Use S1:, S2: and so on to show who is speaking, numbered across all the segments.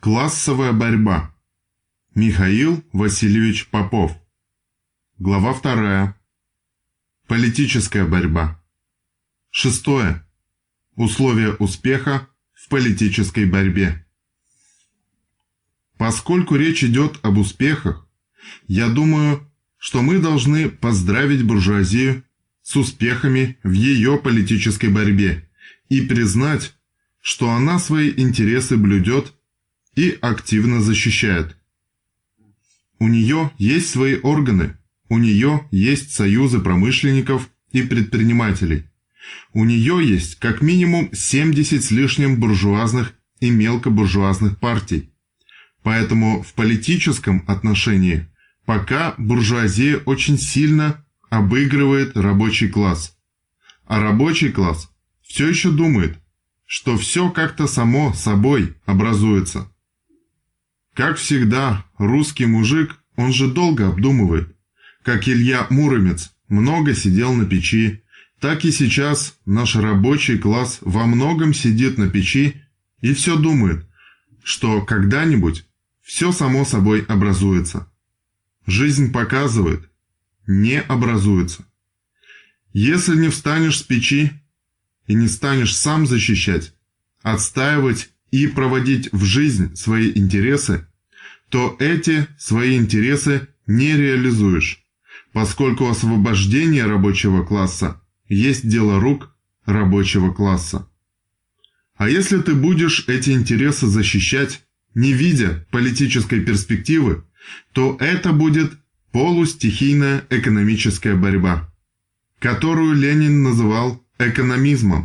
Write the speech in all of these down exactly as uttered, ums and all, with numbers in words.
S1: Классовая борьба. Михаил Васильевич Попов. Глава вторая. Политическая борьба. Шестое. Условия успеха в политической борьбе. Поскольку речь идет об успехах, я думаю, что мы должны поздравить буржуазию с успехами в ее политической борьбе и признать, что она свои интересы блюдет и активно защищает. У нее есть свои органы, у нее есть союзы промышленников и предпринимателей. У нее есть как минимум семьдесят с лишним буржуазных и мелкобуржуазных партий. Поэтому в политическом отношении пока буржуазия очень сильно обыгрывает рабочий класс. А рабочий класс все еще думает, что все как-то само собой образуется. Как всегда, русский мужик, он же долго обдумывает. Как Илья Муромец много сидел на печи, так и сейчас наш рабочий класс во многом сидит на печи и все думает, что когда-нибудь все само собой образуется. Жизнь показывает, не образуется. Если не встанешь с печи и не станешь сам защищать, отстаивать и проводить в жизнь свои интересы, то эти свои интересы не реализуешь, поскольку освобождение рабочего класса есть дело рук рабочего класса. А если ты будешь эти интересы защищать, не видя политической перспективы, то это будет полустихийная экономическая борьба, которую Ленин называл экономизмом.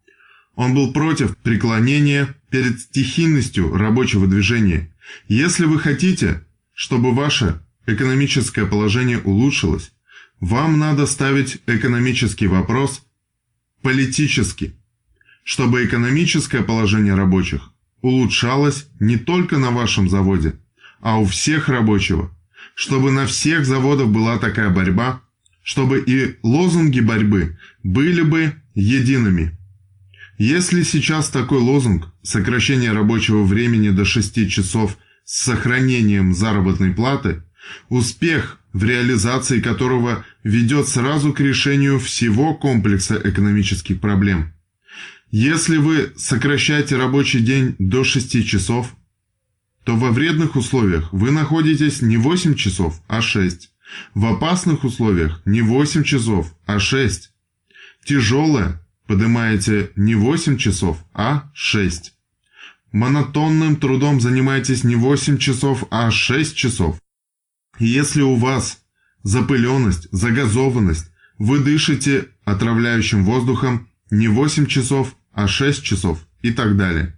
S1: Он был против преклонения перед стихийностью рабочего движения. Если вы хотите, чтобы ваше экономическое положение улучшилось, вам надо ставить экономический вопрос политически, чтобы экономическое положение рабочих улучшалось не только на вашем заводе, а у всех рабочих, чтобы на всех заводах была такая борьба, чтобы и лозунги борьбы были бы едиными. Если сейчас такой лозунг сокращение рабочего времени до шести часов с сохранением заработной платы, успех в реализации которого ведет сразу к решению всего комплекса экономических проблем. Если вы сокращаете рабочий день до шести часов, то во вредных условиях вы находитесь не восемь часов, а шесть. В опасных условиях не восемь часов, а шесть. Тяжелое поднимаете не восемь часов, а шесть. Монотонным трудом занимаетесь не восемь часов, а шесть часов. И если у вас запыленность, загазованность, вы дышите отравляющим воздухом не восемь часов, а шесть часов и так далее.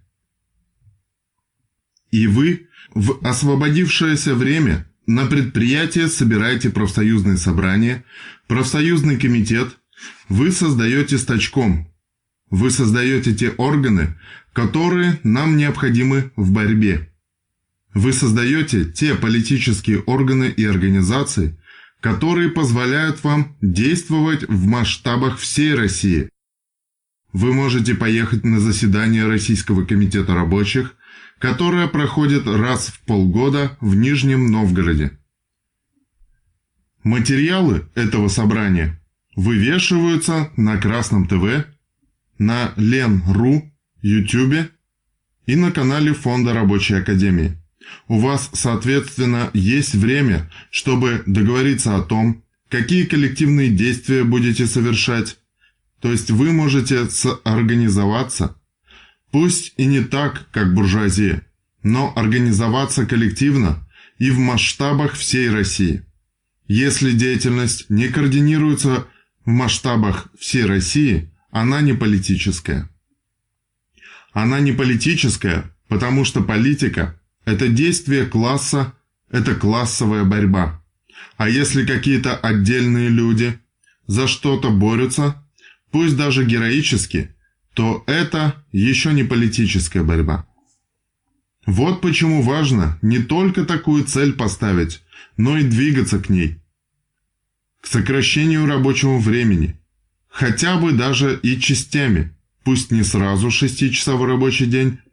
S1: И вы в освободившееся время на предприятии собираете профсоюзные собрания, профсоюзный комитет, вы создаете стачком, вы создаете те органы, которые нам необходимы в борьбе. Вы создаете те политические органы и организации, которые позволяют вам действовать в масштабах всей России. Вы можете поехать на заседание Российского комитета рабочих, которое проходит раз в полгода в Нижнем Новгороде. Материалы этого собрания вывешиваются на Красном ТВ, на Лен.ру, Ютубе и на канале Фонда Рабочей Академии. У вас, соответственно, есть время, чтобы договориться о том, какие коллективные действия будете совершать. То есть вы можете соорганизоваться, пусть и не так, как буржуазия, но организоваться коллективно и в масштабах всей России. Если деятельность не координируется в масштабах всей России, она не политическая. Она не политическая, потому что политика – это действие класса, это классовая борьба. А если какие-то отдельные люди за что-то борются, пусть даже героически, то это еще не политическая борьба. Вот почему важно не только такую цель поставить, но и двигаться к ней. К сокращению рабочего времени, хотя бы даже и частями, пусть не сразу шестичасовой рабочий день,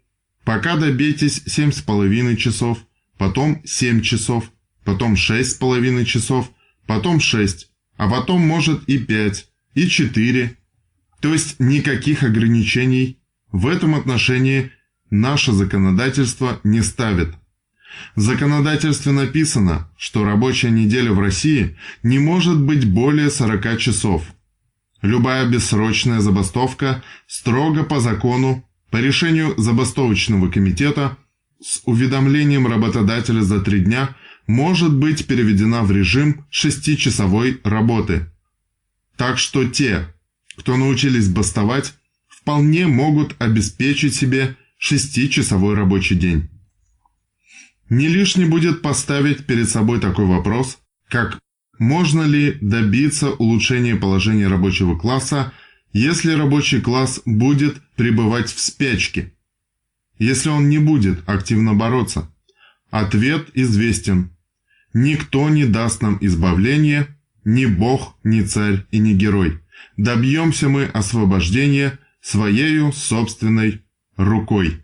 S1: Пока добейтесь семь с половиной часов, потом семь часов, потом шесть с половиной часов, потом шесть, а потом может и пять, и четыре. То есть никаких ограничений в этом отношении наше законодательство не ставит. В законодательстве написано, что рабочая неделя в России не может быть более сорока часов. Любая бессрочная забастовка строго по закону, по решению забастовочного комитета, с уведомлением работодателя за три дня может быть переведена в режим шестичасовой работы. Так что те, кто научились бастовать, вполне могут обеспечить себе шестичасовой рабочий день. Не лишне будет поставить перед собой такой вопрос, как можно ли добиться улучшения положения рабочего класса, если рабочий класс будет пребывать в спячке, если он не будет активно бороться? Ответ известен. Никто не даст нам избавления, ни Бог, ни царь и ни герой. Добьемся мы освобождения своею собственной рукой.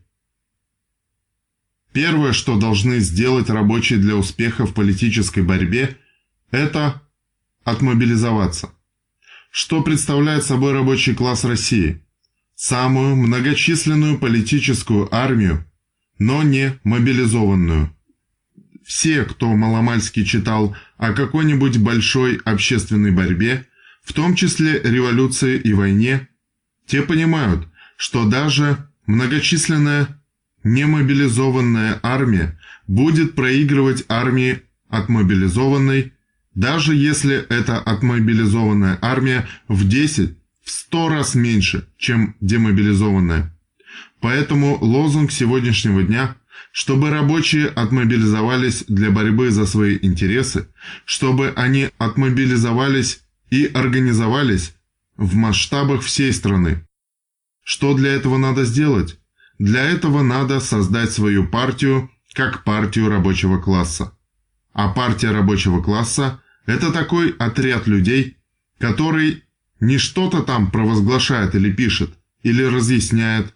S1: Первое, что должны сделать рабочие для успеха в политической борьбе, это отмобилизоваться. Что представляет собой рабочий класс России? Самую многочисленную политическую армию, но не мобилизованную. Все, кто маломальски читал о какой-нибудь большой общественной борьбе, в том числе революции и войне, те понимают, что даже многочисленная немобилизованная армия будет проигрывать армии отмобилизованной, даже если эта отмобилизованная армия в десять, в сто раз меньше, чем демобилизованная. Поэтому лозунг сегодняшнего дня, чтобы рабочие отмобилизовались для борьбы за свои интересы, чтобы они отмобилизовались и организовались в масштабах всей страны. Что для этого надо сделать? Для этого надо создать свою партию как партию рабочего класса. А партия рабочего класса – это такой отряд людей, который не что-то там провозглашает или пишет, или разъясняет,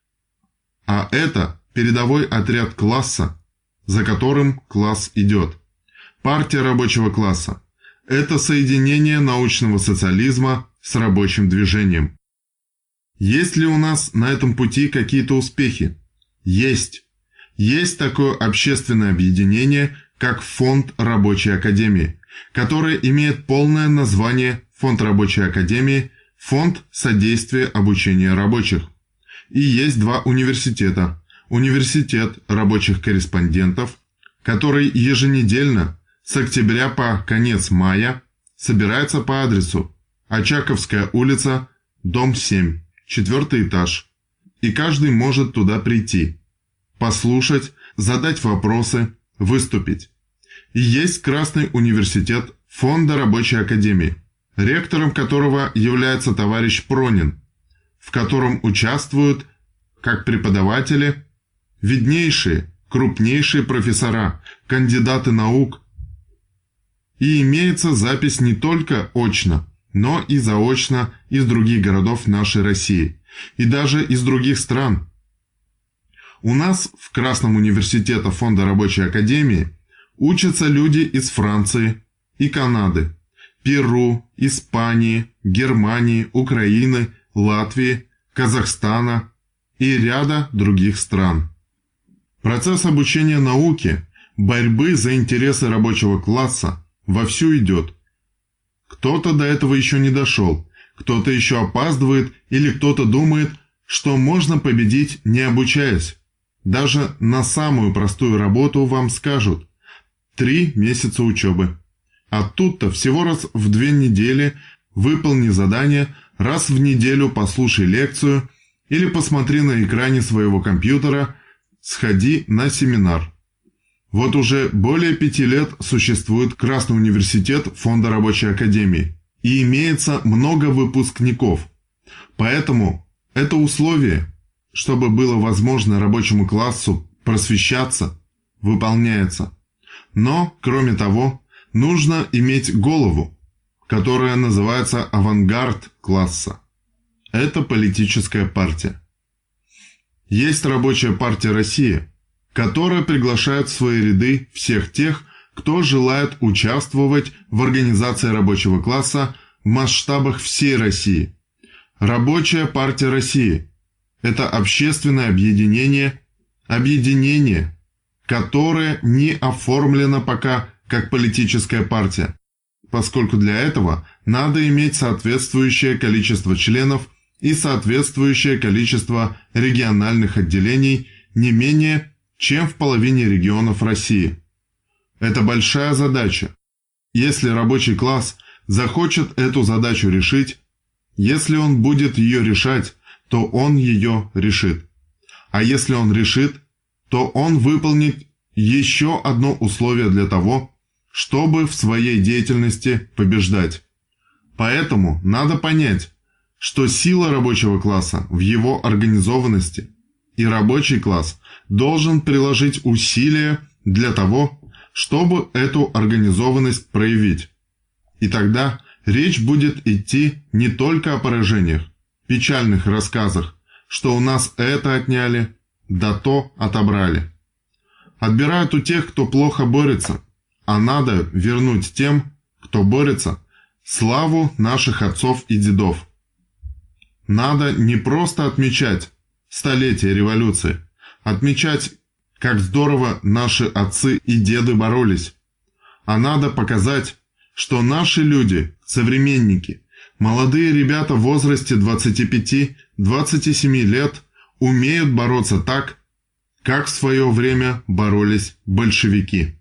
S1: а это передовой отряд класса, за которым класс идет. Партия рабочего класса – это соединение научного социализма с рабочим движением. Есть ли у нас на этом пути какие-то успехи? Есть. Есть такое общественное объединение, как Фонд Рабочей Академии, которое имеет полное название Фонд Рабочей Академии, Фонд содействия обучения рабочих. И есть два университета. Университет рабочих корреспондентов, который еженедельно с октября по конец мая собирается по адресу Очаковская улица, дом семь. Четвертый этаж, и каждый может туда прийти, послушать, задать вопросы, выступить. И есть Красный университет Фонда Рабочей Академии, ректором которого является товарищ Пронин, в котором участвуют, как преподаватели, виднейшие, крупнейшие профессора, кандидаты наук. И имеется запись не только очно, но и заочно из других городов нашей России, и даже из других стран. У нас в Красном университете Фонда Рабочей Академии учатся люди из Франции и Канады, Перу, Испании, Германии, Украины, Латвии, Казахстана и ряда других стран. Процесс обучения науке, борьбы за интересы рабочего класса вовсю идет. Кто-то до этого еще не дошел, кто-то еще опаздывает или кто-то думает, что можно победить, не обучаясь. Даже на самую простую работу вам скажут «три месяца учебы». А тут-то всего раз в две недели выполни задание, раз в неделю послушай лекцию или посмотри на экране своего компьютера, сходи на семинар. Вот уже более пяти лет существует Красный университет Фонда Рабочей Академии, и имеется много выпускников. Поэтому это условие, чтобы было возможно рабочему классу просвещаться, выполняется. Но, кроме того, нужно иметь голову, которая называется авангард класса. Это политическая партия. Есть Рабочая партия России, которая приглашает в свои ряды всех тех, кто желает участвовать в организации рабочего класса в масштабах всей России. Рабочая партия России – это общественное объединение, объединение, которое не оформлено пока как политическая партия, поскольку для этого надо иметь соответствующее количество членов и соответствующее количество региональных отделений не менее, чем в половине регионов России. Это большая задача. Если рабочий класс захочет эту задачу решить, если он будет ее решать, то он ее решит. А если он решит, то он выполнит еще одно условие для того, чтобы в своей деятельности побеждать. Поэтому надо понять, что сила рабочего класса в его организованности, и рабочий класс должен приложить усилия для того, чтобы эту организованность проявить. И тогда речь будет идти не только о поражениях, печальных рассказах, что у нас это отняли, да то отобрали. Отбирают у тех, кто плохо борется, а надо вернуть тем, кто борется, славу наших отцов и дедов. Надо не просто отмечать столетие революции, отмечать, как здорово наши отцы и деды боролись, а надо показать, что наши люди, современники, молодые ребята в возрасте двадцати пяти — двадцати семи лет умеют бороться так, как в свое время боролись большевики.